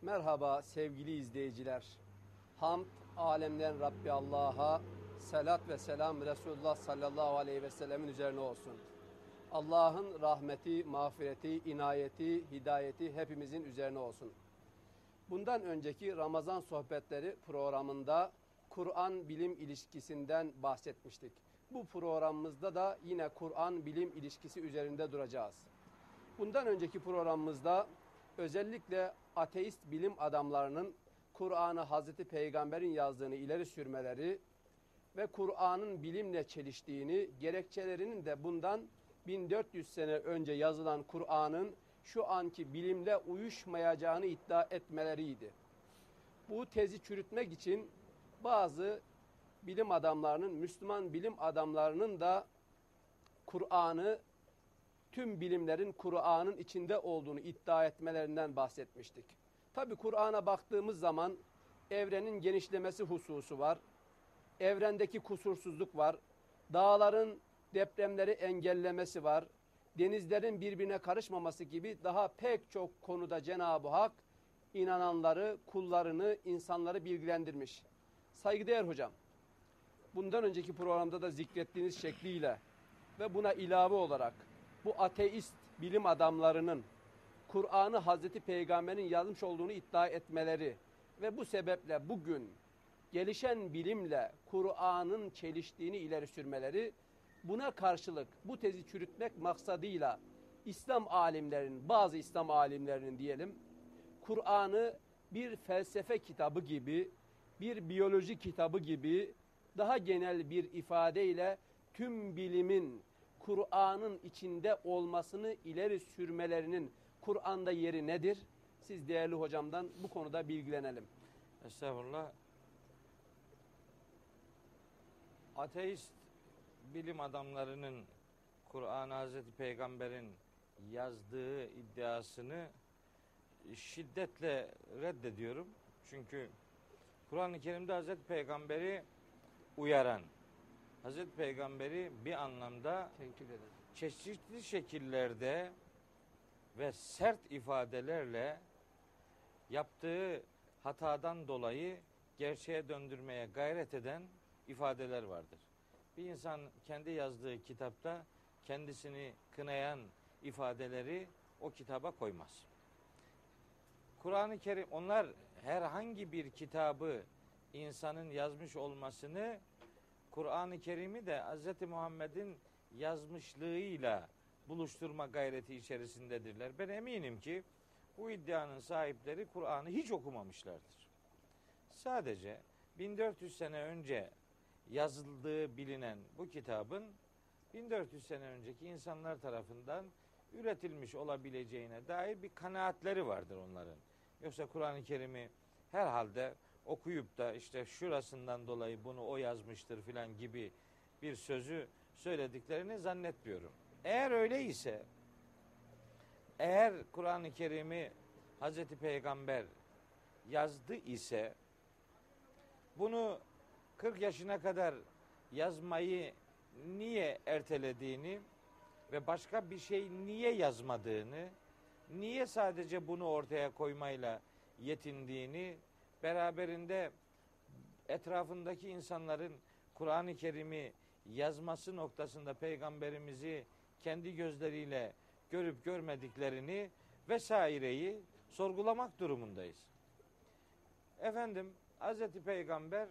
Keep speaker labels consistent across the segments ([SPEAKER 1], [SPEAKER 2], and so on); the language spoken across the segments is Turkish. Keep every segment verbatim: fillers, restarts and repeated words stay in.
[SPEAKER 1] Merhaba sevgili izleyiciler. Hamd alemden Rabbi Allah'a, selat ve selam Resulullah sallallahu aleyhi ve sellemin üzerine olsun. Allah'ın rahmeti, mağfireti, inayeti, hidayeti hepimizin üzerine olsun. Bundan önceki Ramazan sohbetleri programında Kur'an bilim ilişkisinden bahsetmiştik. Bu programımızda da yine Kur'an bilim ilişkisi üzerinde duracağız. Bundan önceki programımızda özellikle ateist bilim adamlarının Kur'an'ı Hazreti Peygamber'in yazdığını ileri sürmeleri ve Kur'an'ın bilimle çeliştiğini, gerekçelerinin de bundan bin dört yüz sene önce yazılan Kur'an'ın şu anki bilimle uyuşmayacağını iddia etmeleriydi. Bu tezi çürütmek için bazı bilim adamlarının, Müslüman bilim adamlarının da Kur'an'ı tüm bilimlerin Kur'an'ın içinde olduğunu iddia etmelerinden bahsetmiştik. Tabi Kur'an'a baktığımız zaman evrenin genişlemesi hususu var. Evrendeki kusursuzluk var. Dağların depremleri engellemesi var. Denizlerin birbirine karışmaması gibi daha pek çok konuda Cenab-ı Hak inananları, kullarını, insanları bilgilendirmiş. Saygıdeğer hocam, bundan önceki programda da zikrettiğiniz şekliyle ve buna ilave olarak bu ateist bilim adamlarının Kur'an'ı Hazreti Peygamber'in yazmış olduğunu iddia etmeleri ve bu sebeple bugün gelişen bilimle Kur'an'ın çeliştiğini ileri sürmeleri, buna karşılık bu tezi çürütmek maksadıyla İslam alimlerinin, bazı İslam alimlerinin diyelim, Kur'an'ı bir felsefe kitabı gibi, bir biyoloji kitabı gibi daha genel bir ifadeyle tüm bilimin Kur'an'ın içinde olmasını ileri sürmelerinin Kur'an'da yeri nedir? Siz değerli hocamdan bu konuda bilgilenelim.
[SPEAKER 2] Estağfurullah. Ateist bilim adamlarının Kur'an-ı Hazreti Peygamber'in yazdığı iddiasını şiddetle reddediyorum. Çünkü Kur'an-ı Kerim'de Hazreti Peygamber'i uyaran, Hazreti Peygamber'i bir anlamda çeşitli şekillerde ve sert ifadelerle yaptığı hatadan dolayı gerçeğe döndürmeye gayret eden ifadeler vardır. Bir insan kendi yazdığı kitapta kendisini kınayan ifadeleri o kitaba koymaz. Kur'an-ı Kerim, onlar herhangi bir kitabı insanın yazmış olmasını, Kur'an-ı Kerim'i de Hz. Muhammed'in yazmışlığıyla buluşturma gayreti içerisindedirler. Ben eminim ki bu iddianın sahipleri Kur'an'ı hiç okumamışlardır. Sadece bin dört yüz sene önce yazıldığı bilinen bu kitabın bin dört yüz sene önceki insanlar tarafından üretilmiş olabileceğine dair bir kanaatleri vardır onların. Yoksa Kur'an-ı Kerim'i herhalde okuyup da işte şurasından dolayı bunu o yazmıştır filan gibi bir sözü söylediklerini zannetmiyorum. Eğer öyleyse, eğer Kur'an-ı Kerim'i Hazreti Peygamber yazdı ise, bunu kırk yaşına kadar yazmayı niye ertelediğini ve başka bir şey niye yazmadığını, niye sadece bunu ortaya koymayla yetindiğini, beraberinde etrafındaki insanların Kur'an-ı Kerim'i yazması noktasında Peygamberimizi kendi gözleriyle görüp görmediklerini vesaireyi sorgulamak durumundayız. Efendim, Hazreti Peygamber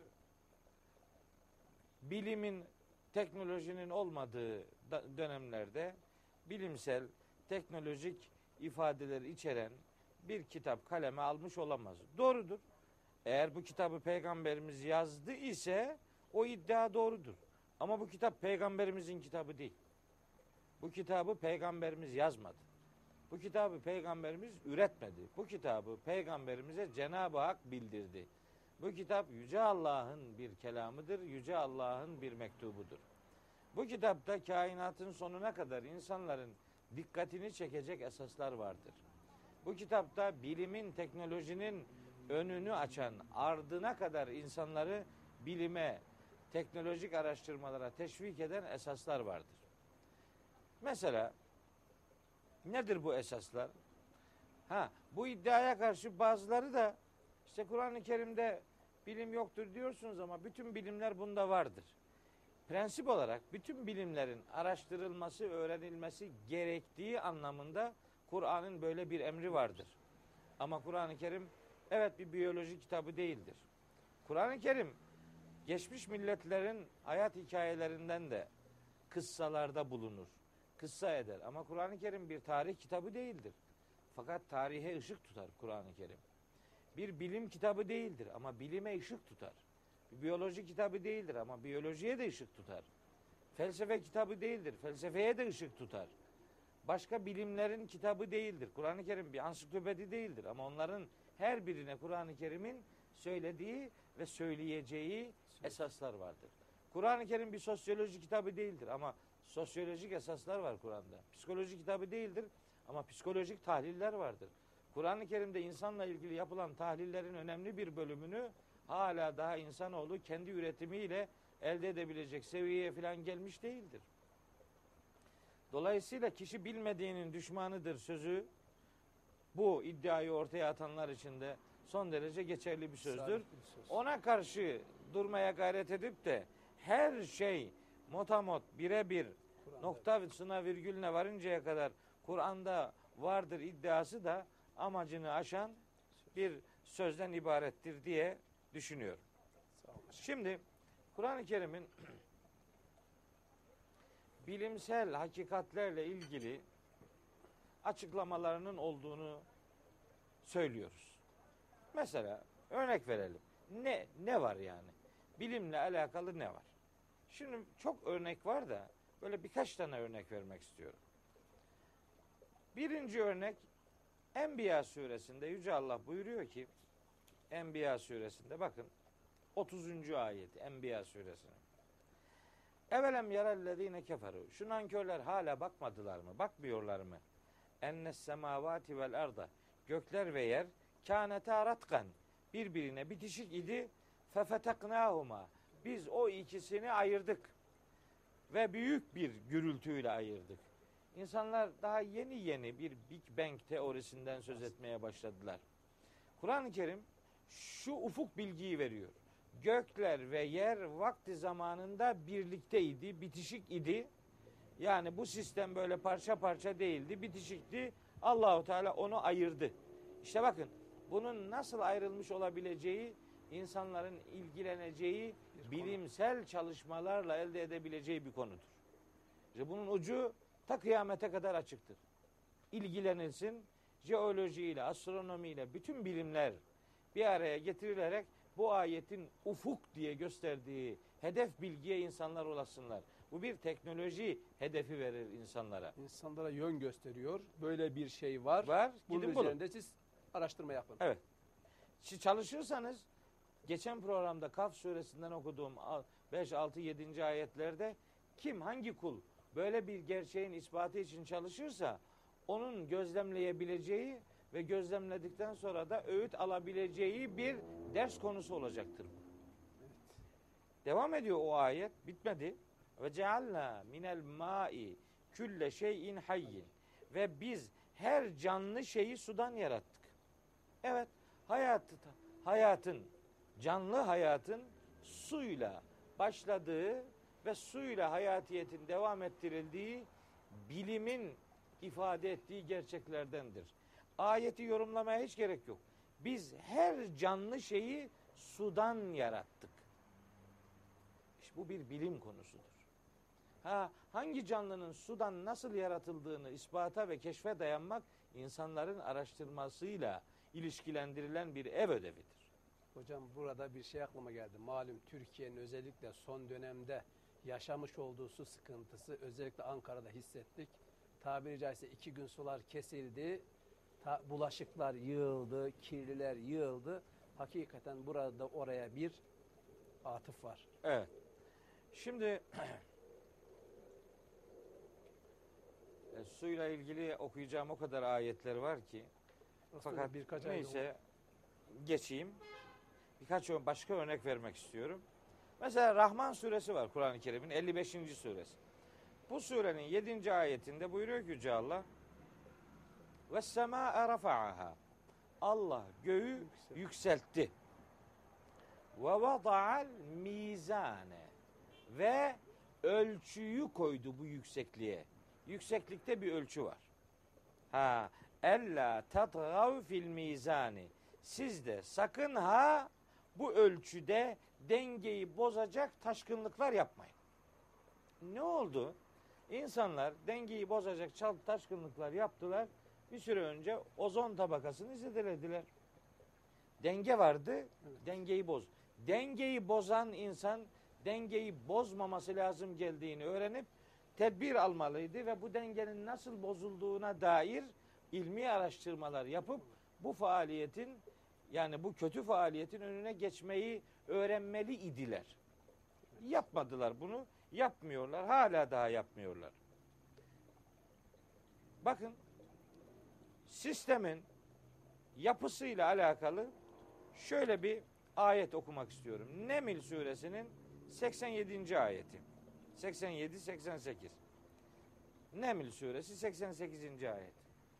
[SPEAKER 2] bilimin, teknolojinin olmadığı dönemlerde bilimsel, teknolojik ifadeleri içeren bir kitap kaleme almış olamaz. Doğrudur. Eğer bu kitabı Peygamberimiz yazdı ise o iddia doğrudur. Ama bu kitap Peygamberimizin kitabı değil. Bu kitabı Peygamberimiz yazmadı. Bu kitabı Peygamberimiz üretmedi. Bu kitabı Peygamberimize Cenab-ı Hak bildirdi. Bu kitap Yüce Allah'ın bir kelamıdır, Yüce Allah'ın bir mektubudur. Bu kitapta kainatın sonuna kadar insanların dikkatini çekecek esaslar vardır. Bu kitapta bilimin, teknolojinin önünü açan, ardına kadar insanları bilime, teknolojik araştırmalara teşvik eden esaslar vardır. Mesela nedir bu esaslar? Ha, bu iddiaya karşı bazıları da işte Kur'an-ı Kerim'de bilim yoktur diyorsunuz ama bütün bilimler bunda vardır. Prensip olarak bütün bilimlerin araştırılması, öğrenilmesi gerektiği anlamında Kur'an'ın böyle bir emri vardır. Ama Kur'an-ı Kerim evet bir biyoloji kitabı değildir. Kur'an-ı Kerim geçmiş milletlerin hayat hikayelerinden de kıssalarda bulunur. Kıssa eder. Ama Kur'an-ı Kerim bir tarih kitabı değildir. Fakat tarihe ışık tutar Kur'an-ı Kerim. Bir bilim kitabı değildir ama bilime ışık tutar. Bir biyoloji kitabı değildir ama biyolojiye de ışık tutar. Felsefe kitabı değildir. Felsefeye de ışık tutar. Başka bilimlerin kitabı değildir. Kur'an-ı Kerim bir ansiklopedi değildir ama onların her birine Kur'an-ı Kerim'in söylediği ve söyleyeceği esaslar vardır. Kur'an-ı Kerim bir sosyoloji kitabı değildir ama sosyolojik esaslar var Kur'an'da. Psikoloji kitabı değildir ama psikolojik tahliller vardır. Kur'an-ı Kerim'de insanla ilgili yapılan tahlillerin önemli bir bölümünü hala daha insanoğlu kendi üretimiyle elde edebilecek seviyeye falan gelmiş değildir. Dolayısıyla kişi bilmediğinin düşmanıdır sözü bu iddiayı ortaya atanlar için de son derece geçerli bir sözdür. Ona karşı durmaya gayret edip de her şey motamot birebir noktasına virgülüne varıncaya kadar Kur'an'da vardır iddiası da amacını aşan bir sözden ibarettir diye düşünüyorum. Şimdi Kur'an-ı Kerim'in bilimsel hakikatlerle ilgili açıklamalarının olduğunu söylüyoruz. Mesela örnek verelim. Ne ne var yani? Bilimle alakalı ne var? Şimdi çok örnek var da böyle birkaç tane örnek vermek istiyorum. Birinci örnek Enbiya suresinde Yüce Allah buyuruyor ki Enbiya suresinde bakın otuzuncu ayet Enbiya suresinin. Evelem yerellezine keferu. Şu nankörler hala bakmadılar mı? Bakmıyorlar mı? Ennes semavati vel arda. Gökler ve yer kânetâ ratkan. Birbirine bitişik idi. Fefeteknâhuma. Biz o ikisini ayırdık. Ve büyük bir gürültüyle ayırdık. İnsanlar daha yeni yeni bir Big Bang teorisinden söz etmeye başladılar. Kur'an-ı Kerim şu ufuk bilgiyi veriyor. Gökler ve yer vakti zamanında birlikteydi, bitişik idi. Yani bu sistem böyle parça parça değildi, bitişikti. Allahu Teala onu ayırdı. İşte bakın bunun nasıl ayrılmış olabileceği insanların ilgileneceği bilimsel çalışmalarla elde edebileceği bir konudur. İşte bunun ucu ta kıyamete kadar açıktır. İlgilenilsin, jeolojiyle, astronomiyle bütün bilimler bir araya getirilerek bu ayetin ufuk diye gösterdiği hedef bilgiye insanlar ulaşsınlar. Bu bir teknoloji hedefi verir insanlara.
[SPEAKER 1] İnsanlara yön gösteriyor. Böyle bir şey var.
[SPEAKER 2] Var.
[SPEAKER 1] Bunun
[SPEAKER 2] Gidin
[SPEAKER 1] üzerinde
[SPEAKER 2] bulun.
[SPEAKER 1] siz araştırma yapın.
[SPEAKER 2] Evet. Siz çalışırsanız geçen programda Kaf suresinden okuduğum beş, altı, yedinci ayetlerde kim, hangi kul böyle bir gerçeğin ispatı için çalışırsa onun gözlemleyebileceği ve gözlemledikten sonra da öğüt alabileceği bir ders konusu olacaktır. Evet. Devam ediyor o ayet. Bitmedi. Ve cealna minel ma'i külle şeyin hayyin. Ve biz her canlı şeyi sudan yarattık. Evet. Hayatı, hayatın, canlı hayatın suyla başladığı ve suyla hayatiyetin devam ettirildiği bilimin ifade ettiği gerçeklerdendir. Ayeti yorumlamaya hiç gerek yok. Biz her canlı şeyi sudan yarattık. İşte bu bir bilim konusudur. Ha, hangi canlının sudan nasıl yaratıldığını ispata ve keşfe dayanmak insanların araştırmasıyla ilişkilendirilen bir ev ödevidir.
[SPEAKER 1] Hocam burada bir şey aklıma geldi. Malum Türkiye'nin özellikle son dönemde yaşamış olduğu su sıkıntısı özellikle Ankara'da hissettik. Tabiri caizse iki gün sular kesildi. Ta, bulaşıklar yığıldı, kirliler yığıldı. Hakikaten burada oraya bir atıf var.
[SPEAKER 2] Evet. Şimdi e, suyla ilgili okuyacağım o kadar ayetler var ki
[SPEAKER 1] Aslında
[SPEAKER 2] fakat
[SPEAKER 1] birkaç
[SPEAKER 2] neyse geçeyim. Birkaç başka örnek vermek istiyorum. Mesela Rahman suresi var Kur'an-ı Kerim'in elli beşinci suresi. Bu surenin yedinci ayetinde buyuruyor ki Yüce Allah ve semâe rafa'aha. Allah göğü yükseltti. Ve vada'al mizane. Ve ölçüyü koydu bu yüksekliğe. Yükseklikte bir ölçü var. Ha, ella tatgav fil mizani. Siz de sakın ha bu ölçüde dengeyi bozacak taşkınlıklar yapmayın. Ne oldu? İnsanlar dengeyi bozacak çal taşkınlıklar yaptılar. Bir süre önce ozon tabakasını zedelediler. Denge vardı, evet. Dengeyi boz. Dengeyi bozan insan dengeyi bozmaması lazım geldiğini öğrenip tedbir almalıydı ve bu dengenin nasıl bozulduğuna dair ilmi araştırmalar yapıp bu faaliyetin, yani bu kötü faaliyetin önüne geçmeyi öğrenmeli idiler. Yapmadılar bunu, yapmıyorlar, hala daha yapmıyorlar. Bakın, sistemin yapısıyla alakalı şöyle bir ayet okumak istiyorum. Neml suresinin seksen yedinci ayeti. seksen yedi seksen sekiz. Neml suresi seksen sekizinci ayet.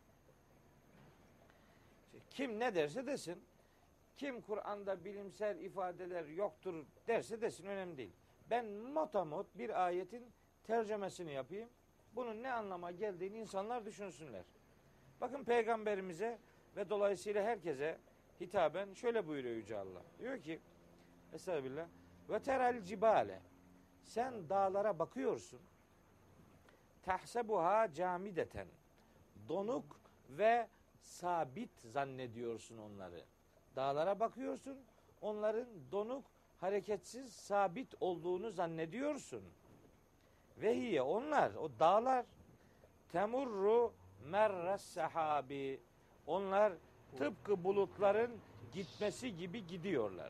[SPEAKER 2] Kim ne derse desin, kim Kur'an'da bilimsel ifadeler yoktur derse desin, önemli değil. Ben motamot bir ayetin tercümesini yapayım. Bunun ne anlama geldiğini insanlar düşünsünler. Bakın peygamberimize ve dolayısıyla herkese hitaben şöyle buyuruyor Yüce Allah. Diyor ki Estağfirullah. Ve terel cibale. Sen dağlara bakıyorsun. Tahsebuha camideten. Donuk ve sabit zannediyorsun onları. Dağlara bakıyorsun. Onların donuk, hareketsiz, sabit olduğunu zannediyorsun. Ve hiye onlar, o dağlar temurru merres sahabi. Onlar tıpkı bulutların gitmesi gibi gidiyorlar.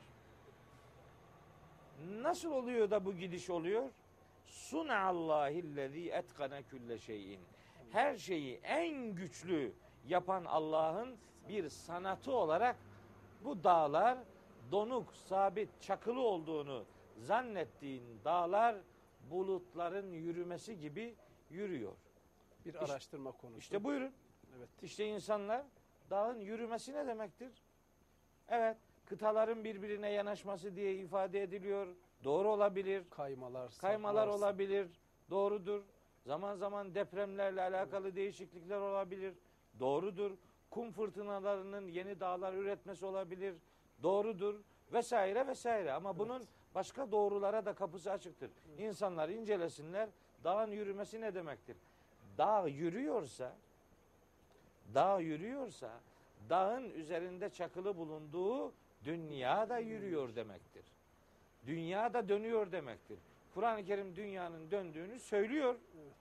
[SPEAKER 2] Nasıl oluyor da bu gidiş oluyor? Sun'allahillezî etkane külle şeyin. Her şeyi en güçlü yapan Allah'ın bir sanatı olarak bu dağlar donuk, sabit, çakılı olduğunu zannettiğin dağlar bulutların yürümesi gibi yürüyor.
[SPEAKER 1] Bir
[SPEAKER 2] İşte,
[SPEAKER 1] araştırma konusu.
[SPEAKER 2] İşte buyurun.
[SPEAKER 1] Evet.
[SPEAKER 2] İşte insanlar dağın yürümesi ne demektir? Evet, kıtaların birbirine yanaşması diye ifade ediliyor. Doğru olabilir.
[SPEAKER 1] Kaymalar,
[SPEAKER 2] Kaymalar
[SPEAKER 1] saplar,
[SPEAKER 2] olabilir. Doğrudur. Zaman zaman depremlerle alakalı evet. değişiklikler olabilir. Doğrudur. Kum fırtınalarının yeni dağlar üretmesi olabilir. Doğrudur. Vesaire vesaire. Ama evet. bunun başka doğrulara da kapısı açıktır. Evet. İnsanlar incelesinler. Dağın yürümesi ne demektir? Dağ yürüyorsa dağ yürüyorsa dağın üzerinde çakılı bulunduğu dünya da yürüyor demektir. Dünya da dönüyor demektir. Kur'an-ı Kerim dünyanın döndüğünü söylüyor. Evet.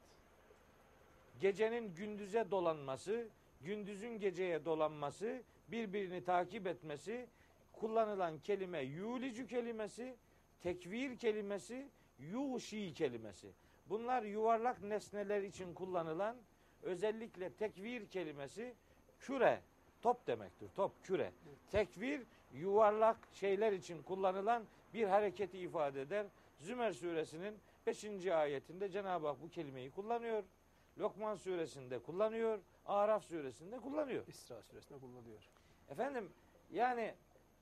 [SPEAKER 2] Gecenin gündüze dolanması, gündüzün geceye dolanması, birbirini takip etmesi, kullanılan kelime yulicü kelimesi, tekvir kelimesi, yuşi kelimesi. Bunlar yuvarlak nesneler için kullanılan, özellikle tekvir kelimesi küre, top demektir. Top, küre. Tekvir yuvarlak şeyler için kullanılan bir hareketi ifade eder. Zümer suresinin beşinci ayetinde Cenab-ı Hak bu kelimeyi kullanıyor. Lokman suresinde kullanıyor. Araf suresinde kullanıyor.
[SPEAKER 1] İsra suresinde kullanıyor.
[SPEAKER 2] Efendim, yani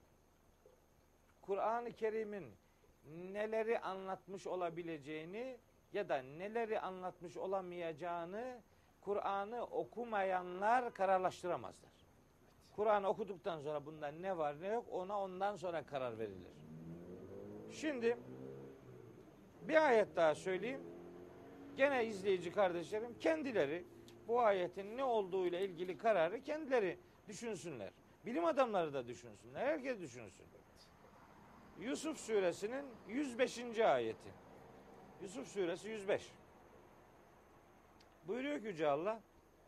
[SPEAKER 2] Kur'an-ı Kerim'in neleri anlatmış olabileceğini ya da neleri anlatmış olamayacağını Kur'an'ı okumayanlar kararlaştıramazlar. Kur'an'ı okuduktan sonra bunda ne var ne yok ona ondan sonra karar verilir. Şimdi bir ayet daha söyleyeyim. Gene izleyici kardeşlerim kendileri bu ayetin ne olduğuyla ilgili kararı kendileri düşünsünler. Bilim adamları da düşünsünler. Herkes düşünsün. Yusuf suresinin yüz beşinci ayeti. Yusuf suresi yüz beş. Buyuruyor ki Yüce Allah,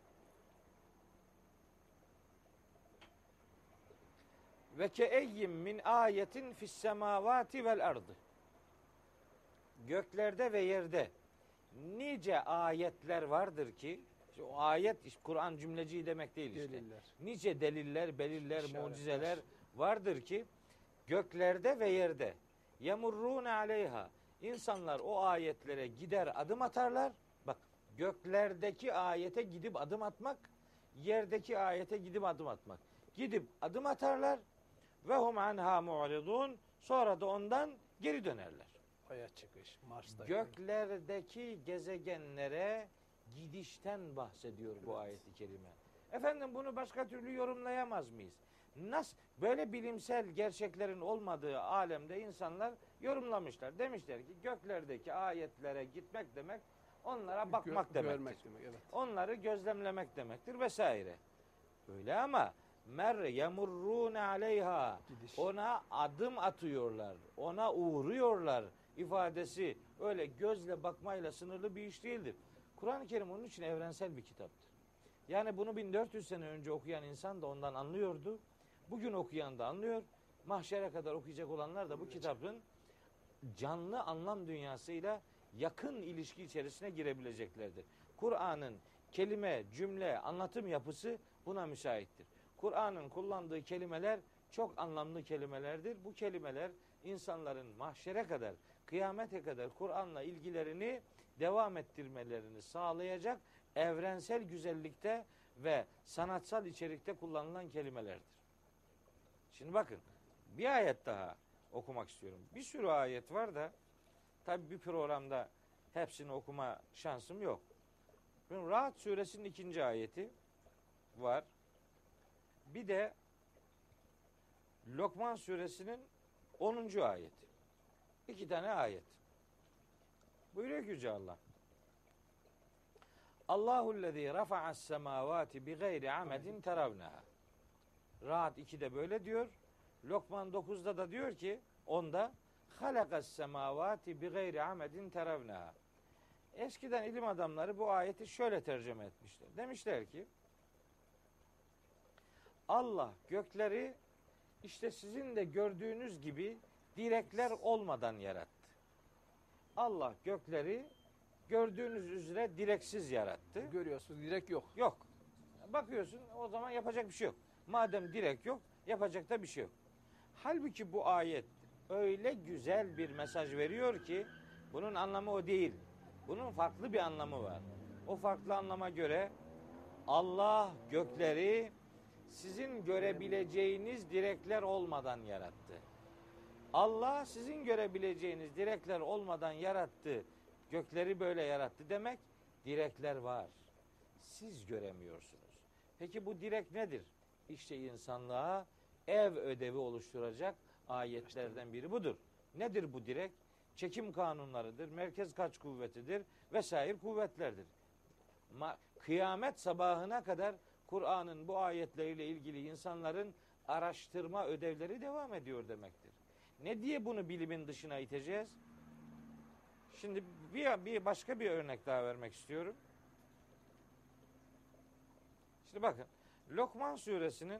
[SPEAKER 2] ve keeyyim min ayetin fis semavati vel ardı. Göklerde ve yerde nice ayetler vardır ki, işte o ayet Kur'an cümleci demek değil işte. Deliller. Nice deliller, belirler, İşaretler. mucizeler vardır ki göklerde ve yerde yemurrune aleyha. İnsanlar o ayetlere gider adım atarlar. Bak, göklerdeki ayete gidip adım atmak, yerdeki ayete gidip adım atmak. Gidip adım atarlar ve hum anha mu'ridun, sonra da ondan geri dönerler.
[SPEAKER 1] Aya çıkış, Mars'ta.
[SPEAKER 2] Göklerdeki gezegenlere gidişten bahsediyor bu
[SPEAKER 1] Evet.
[SPEAKER 2] ayet-i kerime. Efendim bunu başka türlü yorumlayamaz mıyız? Nasıl böyle bilimsel gerçeklerin olmadığı alemde insanlar yorumlamışlar. Demişler ki göklerdeki ayetlere gitmek demek onlara bakmak
[SPEAKER 1] Gö-
[SPEAKER 2] demektir.
[SPEAKER 1] Görmek demek, evet.
[SPEAKER 2] Onları gözlemlemek demektir vesaire. Öyle ama mer yemurrun aleyha,
[SPEAKER 1] Gidiş.
[SPEAKER 2] ona adım atıyorlar, ona uğruyorlar ifadesi öyle gözle bakmayla sınırlı bir iş değildir. Kur'an-ı Kerim onun için evrensel bir kitaptır. Yani bunu bin dört yüz sene önce okuyan insan da ondan anlıyordu. Bugün okuyan da anlıyor. Mahşere kadar okuyacak olanlar da bu kitabın canlı anlam dünyasıyla yakın ilişki içerisine girebileceklerdir. Kur'an'ın kelime, cümle, anlatım yapısı buna müsaittir. Kur'an'ın kullandığı kelimeler çok anlamlı kelimelerdir. Bu kelimeler insanların mahşere kadar, kıyamete kadar Kur'an'la ilgilerini devam ettirmelerini sağlayacak evrensel güzellikte ve sanatsal içerikte kullanılan kelimelerdir. Şimdi bakın, bir ayet daha okumak istiyorum. Bir sürü ayet var da tabii bir programda hepsini okuma şansım yok. Rahat suresinin ikinci ayeti var. Bir de Lokman suresinin onuncu ayeti. İki tane ayet. Buyuruyor ki Yüce Allah. Allahu'llezî rafa'as semâvâti bi gayri amedin teravneha. Rahat ikide böyle diyor. Lokman dokuzda da diyor ki onda halakas semâvâti bi gayri amedin teravneha. Eskiden ilim adamları bu ayeti şöyle tercüme etmişler. Demişler ki Allah gökleri işte sizin de gördüğünüz gibi direkler olmadan yarattı. Allah gökleri gördüğünüz üzere direksiz yarattı.
[SPEAKER 1] Görüyorsunuz, direkt yok.
[SPEAKER 2] Yok. Bakıyorsun o zaman yapacak bir şey yok. Madem direk yok, yapacak da bir şey yok. Halbuki bu ayet öyle güzel bir mesaj veriyor ki bunun anlamı o değil. Bunun farklı bir anlamı var. O farklı anlama göre Allah gökleri sizin görebileceğiniz direkler olmadan yarattı. Allah sizin görebileceğiniz direkler olmadan yarattı. Gökleri böyle yarattı demek, direkler var. Siz göremiyorsunuz. Peki bu direk nedir? İşte insanlığa ev ödevi oluşturacak ayetlerden biri budur. Nedir bu direk? Çekim kanunlarıdır, merkez kaç kuvvetidir vesaire kuvvetlerdir. Ma- Kıyamet sabahına kadar Kur'an'ın bu ayetleriyle ilgili insanların araştırma ödevleri devam ediyor demektir. Ne diye bunu bilimin dışına iteceğiz? Şimdi bir, bir başka bir örnek daha vermek istiyorum. Şimdi bakın, Lokman suresinin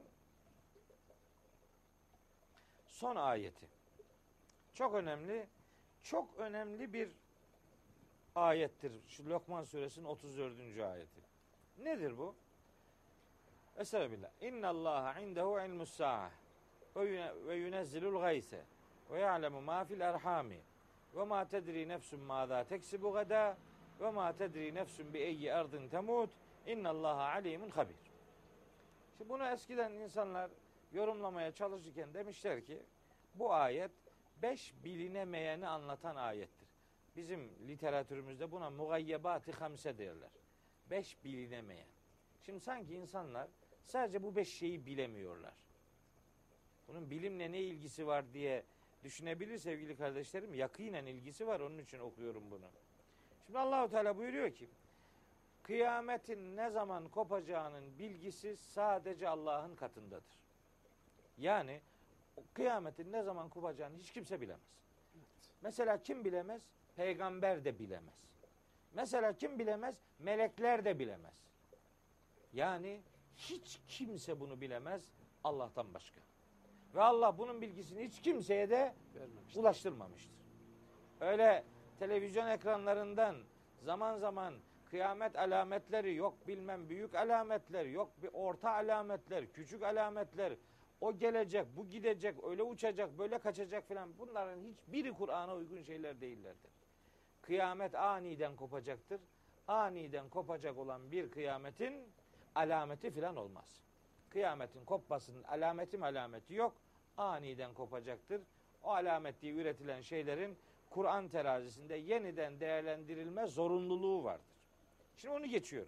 [SPEAKER 2] son ayeti. Çok önemli, çok önemli bir ayettir. Şu Lokman suresinin otuz dördüncü ayeti. Nedir bu? Estağfirullah. İnna Allaha indehu ilmus sa'a ve yunezzilul gayse ve ya'lemu ma fil erhami ve ma tedri nefsun mâzâ teksibu gada ve ma tedri nefsun bi eyyi ardın temut innallaha alimun habir. Şimdi bunu eskiden insanlar yorumlamaya çalışırken demişler ki bu ayet beş bilinemeyeni anlatan ayettir. Bizim literatürümüzde buna mugayyebat-ı hamse derler. Beş bilinemeyen. Şimdi sanki insanlar sadece bu beş şeyi bilemiyorlar. Bunun bilimle ne ilgisi var diye düşünebilir sevgili kardeşlerim. Yakinen ilgisi var, onun için okuyorum bunu. Şimdi Allahu Teala buyuruyor ki kıyametin ne zaman kopacağının bilgisi sadece Allah'ın katındadır. Yani kıyametin ne zaman kopacağını hiç kimse bilemez. Mesela kim bilemez? Peygamber de bilemez. Mesela kim bilemez? Melekler de bilemez. Yani hiç kimse bunu bilemez Allah'tan başka. Ve Allah bunun bilgisini hiç kimseye de
[SPEAKER 1] Vermemiştir.
[SPEAKER 2] ulaştırmamıştır. Öyle televizyon ekranlarından zaman zaman kıyamet alametleri, yok bilmem büyük alametler, yok bir orta alametler, küçük alametler, o gelecek, bu gidecek, öyle uçacak, böyle kaçacak filan, bunların hiçbiri Kur'an'a uygun şeyler değillerdir. Kıyamet aniden kopacaktır. Aniden kopacak olan bir kıyametin alameti filan olmaz. Kıyametin kopmasının alameti alameti yok. Aniden kopacaktır. O alamet diye üretilen şeylerin Kur'an terazisinde yeniden değerlendirilme zorunluluğu vardır. Şimdi onu geçiyor.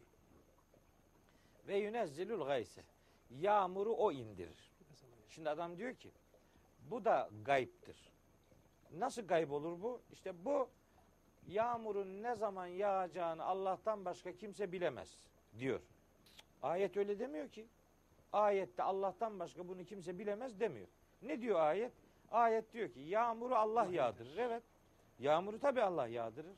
[SPEAKER 2] Ve yunezzilul gayse. Yağmuru o indirir. Şimdi adam diyor ki bu da gayiptir. Nasıl gayb olur bu? İşte bu yağmurun ne zaman yağacağını Allah'tan başka kimse bilemez diyor. Ayet öyle demiyor ki. Ayette Allah'tan başka bunu kimse bilemez demiyor. Ne diyor ayet? Ayet diyor ki yağmuru Allah yağdırır. Evet. Yağmuru tabii Allah yağdırır.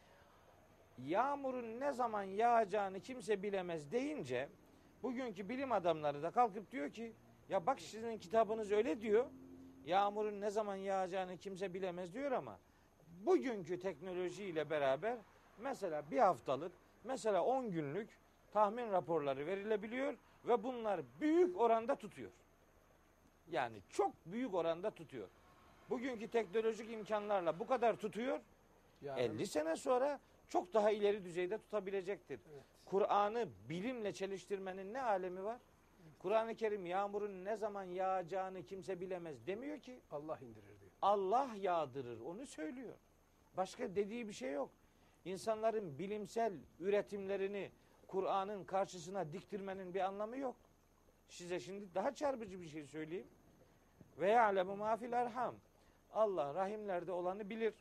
[SPEAKER 2] Yağmurun ne zaman yağacağını kimse bilemez deyince bugünkü bilim adamları da kalkıp diyor ki ya bak sizin kitabınız öyle diyor. Yağmurun ne zaman yağacağını kimse bilemez diyor ama bugünkü teknolojiyle beraber mesela bir haftalık, mesela on günlük tahmin raporları verilebiliyor ve bunlar büyük oranda tutuyor. Yani çok büyük oranda tutuyor. Bugünkü teknolojik imkanlarla bu kadar tutuyor. Yani elli sene sonra çok daha ileri düzeyde tutabilecektir. Evet. Kur'an'ı bilimle çeliştirmenin ne alemi var? Evet. Kur'an-ı Kerim yağmurun ne zaman yağacağını kimse bilemez demiyor ki.
[SPEAKER 1] Allah indirir diyor.
[SPEAKER 2] Allah yağdırır, onu söylüyor. Başka dediği bir şey yok. İnsanların bilimsel üretimlerini Kur'an'ın karşısına diktirmenin bir anlamı yok. Size şimdi daha çarpıcı bir şey söyleyeyim. Ve ya'lemu ma fil erham. Allah rahimlerde olanı bilir.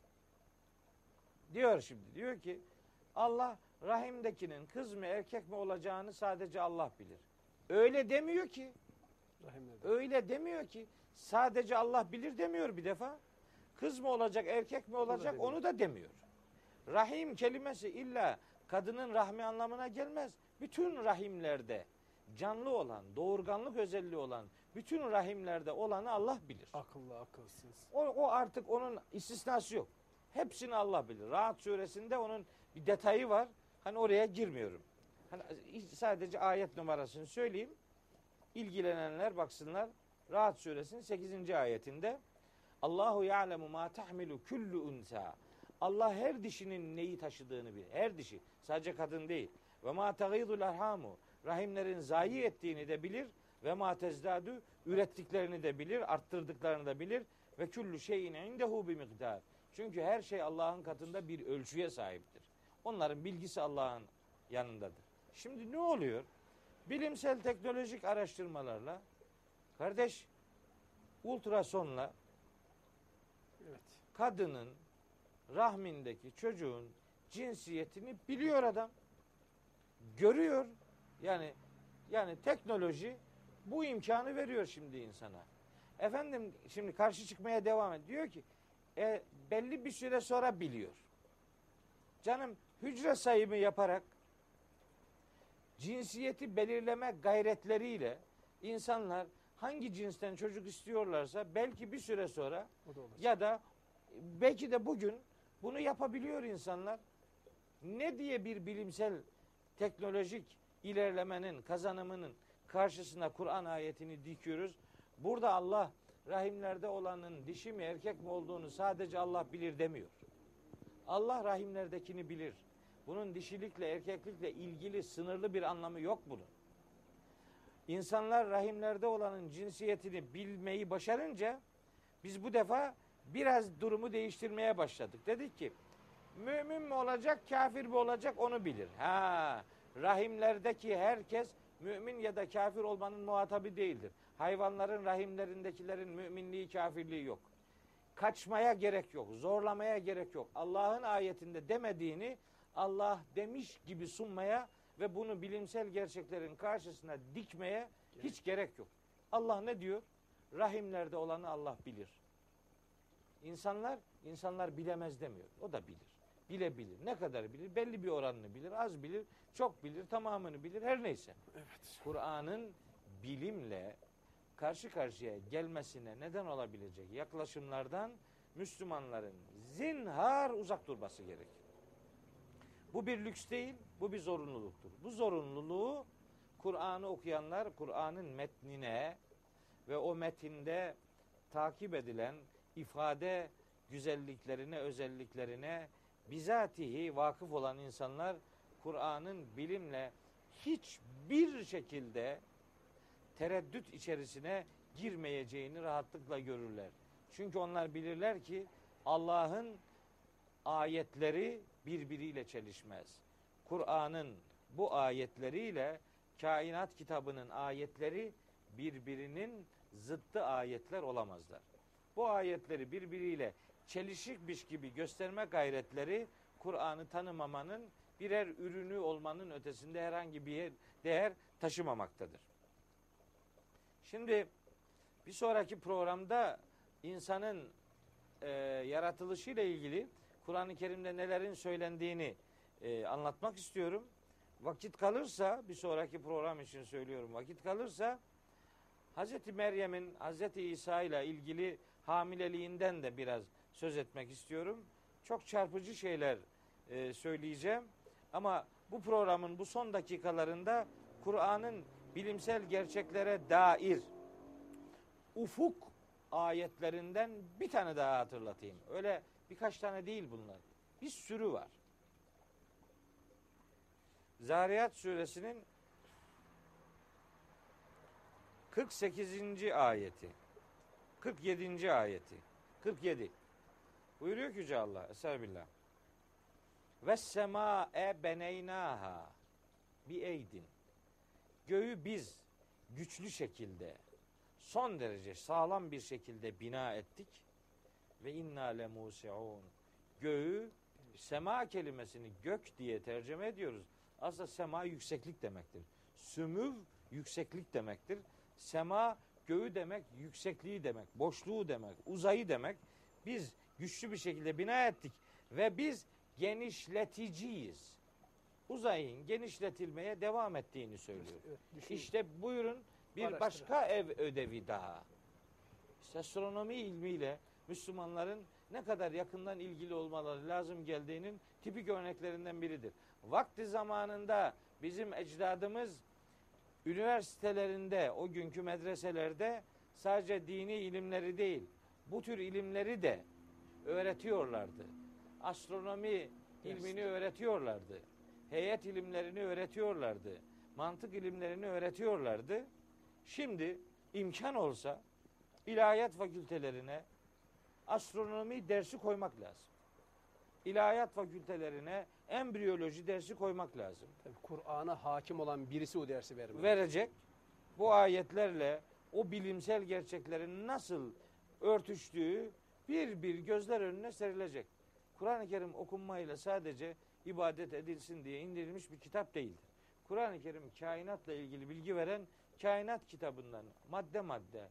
[SPEAKER 2] Diyor şimdi. Diyor ki Allah rahimdekinin kız mı erkek mi olacağını sadece Allah bilir. Öyle demiyor ki. Rahimlerde. Öyle demiyor ki. Sadece Allah bilir demiyor bir defa. Kız mı olacak erkek mi olacak onu da, onu da demiyor. Rahim kelimesi illa kadının rahmi anlamına gelmez. Bütün rahimlerde canlı olan, doğurganlık özelliği olan bütün rahimlerde olanı Allah bilir.
[SPEAKER 1] Akıllı, akılsız.
[SPEAKER 2] O, o artık onun istisnası yok. Hepsini Allah bilir. Rahat suresinde onun bir detayı var. Hani oraya girmiyorum. Hani sadece ayet numarasını söyleyeyim. İlgilenenler baksınlar. Rahat suresinin sekizinci ayetinde Allahu ya'lemu ma tahmilu kullu unsa. Allah her dişinin neyi taşıdığını bilir. Her dişi. Sadece kadın değil. Ve ma tagidul erhamu. Rahimlerin zayi ettiğini de bilir. Ve ma tezdadu. Ürettiklerini de bilir. Arttırdıklarını da bilir. Ve kullu şeyin indehu bi miktar. Çünkü her şey Allah'ın katında bir ölçüye sahiptir. Onların bilgisi Allah'ın yanındadır. Şimdi ne oluyor? Bilimsel teknolojik araştırmalarla kardeş ultrasonla evet. Kadının rahmindeki çocuğun cinsiyetini biliyor adam. Görüyor. Yani yani teknoloji bu imkanı veriyor şimdi insana. Efendim şimdi karşı çıkmaya devam ediyor. Diyor ki e, belli bir süre sonra biliyor. Canım hücre sayımı yaparak cinsiyeti belirleme gayretleriyle insanlar hangi cinsten çocuk istiyorlarsa belki bir süre sonra da ya da belki de bugün bunu yapabiliyor insanlar. Ne diye bir bilimsel teknolojik ilerlemenin, kazanımının karşısına Kur'an ayetini dikiyoruz? Burada Allah rahimlerde olanın dişi mi erkek mi olduğunu sadece Allah bilir demiyor. Allah rahimlerdekini bilir. Bunun dişilikle erkeklikle ilgili sınırlı bir anlamı yok bunun. İnsanlar rahimlerde olanın cinsiyetini bilmeyi başarınca biz bu defa biraz durumu değiştirmeye başladık. Dedik ki mümin mi olacak, kafir mi olacak onu bilir. Ha, rahimlerdeki herkes mümin ya da kafir olmanın muhatabı değildir. Hayvanların rahimlerindekilerin müminliği, kafirliği yok. Kaçmaya gerek yok, zorlamaya gerek yok. Allah'ın ayetinde demediğini Allah demiş gibi sunmaya ve bunu bilimsel gerçeklerin karşısına dikmeye hiç gerek yok. Allah ne diyor? Rahimlerde olanı Allah bilir. İnsanlar, insanlar bilemez demiyor. O da bilir. Bilebilir. Ne kadar bilir? Belli bir oranını bilir. Az bilir. Çok bilir. Tamamını bilir. Her neyse.
[SPEAKER 1] Evet.
[SPEAKER 2] Kur'an'ın bilimle karşı karşıya gelmesine neden olabilecek yaklaşımlardan Müslümanların zinhar uzak durması gerekir. Bu bir lüks değil, bu bir zorunluluktur. Bu zorunluluğu Kur'an'ı okuyanlar Kur'an'ın metnine ve o metinde takip edilen ifade güzelliklerine, özelliklerine bizatihi vakıf olan insanlar Kur'an'ın bilimle hiçbir şekilde tereddüt içerisine girmeyeceğini rahatlıkla görürler. Çünkü onlar bilirler ki Allah'ın ayetleri birbiriyle çelişmez. Kur'an'ın bu ayetleriyle kainat kitabının ayetleri birbirinin zıttı ayetler olamazlar. Bu ayetleri birbiriyle çelişikmiş gibi gösterme gayretleri Kur'an'ı tanımamanın birer ürünü olmanın ötesinde herhangi bir değer taşımamaktadır. Şimdi bir sonraki programda insanın e, yaratılışıyla ilgili Kur'an-ı Kerim'de nelerin söylendiğini e, anlatmak istiyorum. Vakit kalırsa, bir sonraki program için söylüyorum, vakit kalırsa Hazreti Meryem'in Hazreti İsa ile ilgili hamileliğinden de biraz söz etmek istiyorum. Çok çarpıcı şeyler e, söyleyeceğim. Ama bu programın bu son dakikalarında Kur'an'ın bilimsel gerçeklere dair ufuk ayetlerinden bir tane daha hatırlatayım. Öyle birkaç tane değil bunlar. Bir sürü var. Zariyat suresinin kırk sekizinci ayeti, kırk yedinci ayeti, kırk yedi. Buyuruyor ki Yüce Allah, Estağfirullah. Ve semâe beneynaha bi eydin. Göğü biz güçlü şekilde, son derece sağlam bir şekilde bina ettik. Ve inna lemusiun. Göğü, sema kelimesini gök diye tercüme ediyoruz. Aslında sema yükseklik demektir. Sümüv yükseklik demektir. Sema göğü demek, yüksekliği demek, boşluğu demek, uzayı demek. Biz güçlü bir şekilde bina ettik ve biz genişleticiyiz. Uzayın genişletilmeye devam ettiğini söylüyor. Evet, işte buyurun bir başka ev ödevi daha. İşte astronomi ilmiyle Müslümanların ne kadar yakından ilgili olmaları lazım geldiğinin tipik örneklerinden biridir. Vakti zamanında bizim ecdadımız üniversitelerinde, o günkü medreselerde sadece dini ilimleri değil, bu tür ilimleri de öğretiyorlardı. Astronomi ilmini öğretiyorlardı. Heyet ilimlerini öğretiyorlardı. Mantık ilimlerini öğretiyorlardı. Şimdi imkan olsa ilahiyat fakültelerine astronomi dersi koymak lazım. İlahiyat fakültelerine embriyoloji dersi koymak lazım.
[SPEAKER 1] Kur'an'a hakim olan birisi o dersi vermeli.
[SPEAKER 2] Verecek. Bu ayetlerle o bilimsel gerçeklerin nasıl örtüştüğü bir bir gözler önüne serilecek. Kur'an-ı Kerim okunmayla sadece ibadet edilsin diye indirilmiş bir kitap değildir. Kur'an-ı Kerim kainatla ilgili bilgi veren kainat kitabından madde madde,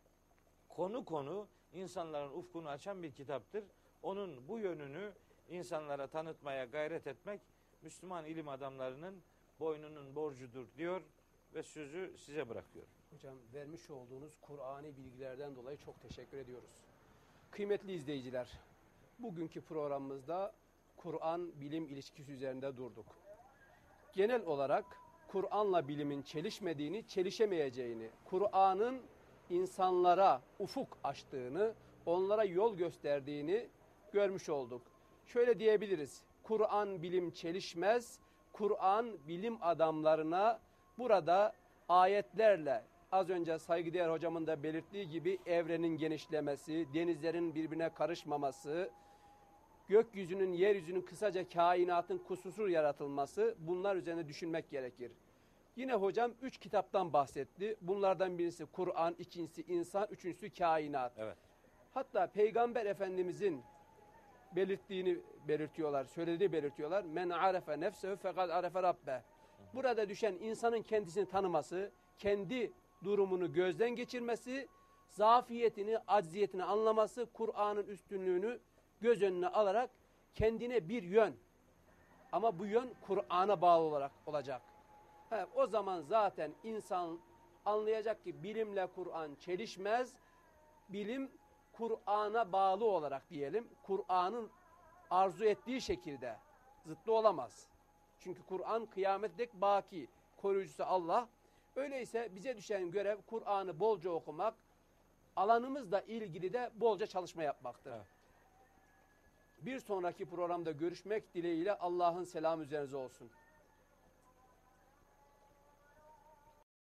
[SPEAKER 2] konu konu insanların ufkunu açan bir kitaptır. Onun bu yönünü insanlara tanıtmaya gayret etmek Müslüman ilim adamlarının boynunun borcudur diyor ve sözü size bırakıyorum.
[SPEAKER 1] Hocam vermiş olduğunuz Kur'ani bilgilerden dolayı çok teşekkür ediyoruz. Kıymetli izleyiciler, bugünkü programımızda Kur'an bilim ilişkisi üzerinde durduk. Genel olarak Kur'an'la bilimin çelişmediğini, çelişemeyeceğini, Kur'an'ın insanlara ufuk açtığını, onlara yol gösterdiğini görmüş olduk. Şöyle diyebiliriz, Kur'an bilim çelişmez, Kur'an bilim adamlarına burada ayetlerle, az önce saygıdeğer hocamın da belirttiği gibi evrenin genişlemesi, denizlerin birbirine karışmaması, gökyüzünün, yeryüzünün, kısaca kainatın kusursuz yaratılması, bunlar üzerine düşünmek gerekir. Yine hocam üç kitaptan bahsetti. Bunlardan birisi Kur'an, ikincisi insan, üçüncüsü kainat.
[SPEAKER 2] Evet.
[SPEAKER 1] Hatta Peygamber Efendimizin belirttiğini belirtiyorlar, söylediği belirtiyorlar. Men arefe nefsehu fekad arefe rabbe. Burada düşen insanın kendisini tanıması, kendi durumunu gözden geçirmesi, zafiyetini, acziyetini anlaması, Kur'an'ın üstünlüğünü göz önüne alarak kendine bir yön. Ama bu yön Kur'an'a bağlı olarak olacak. He, o zaman zaten insan anlayacak ki bilimle Kur'an çelişmez. Bilim Kur'an'a bağlı olarak diyelim, Kur'an'ın arzu ettiği şekilde zıttı olamaz. Çünkü Kur'an kıyamet dek baki, koruyucusu Allah. Öyleyse bize düşen görev Kur'an'ı bolca okumak, alanımızla ilgili de bolca çalışma yapmaktır. Evet. Bir sonraki programda görüşmek dileğiyle Allah'ın selamı üzerinize olsun.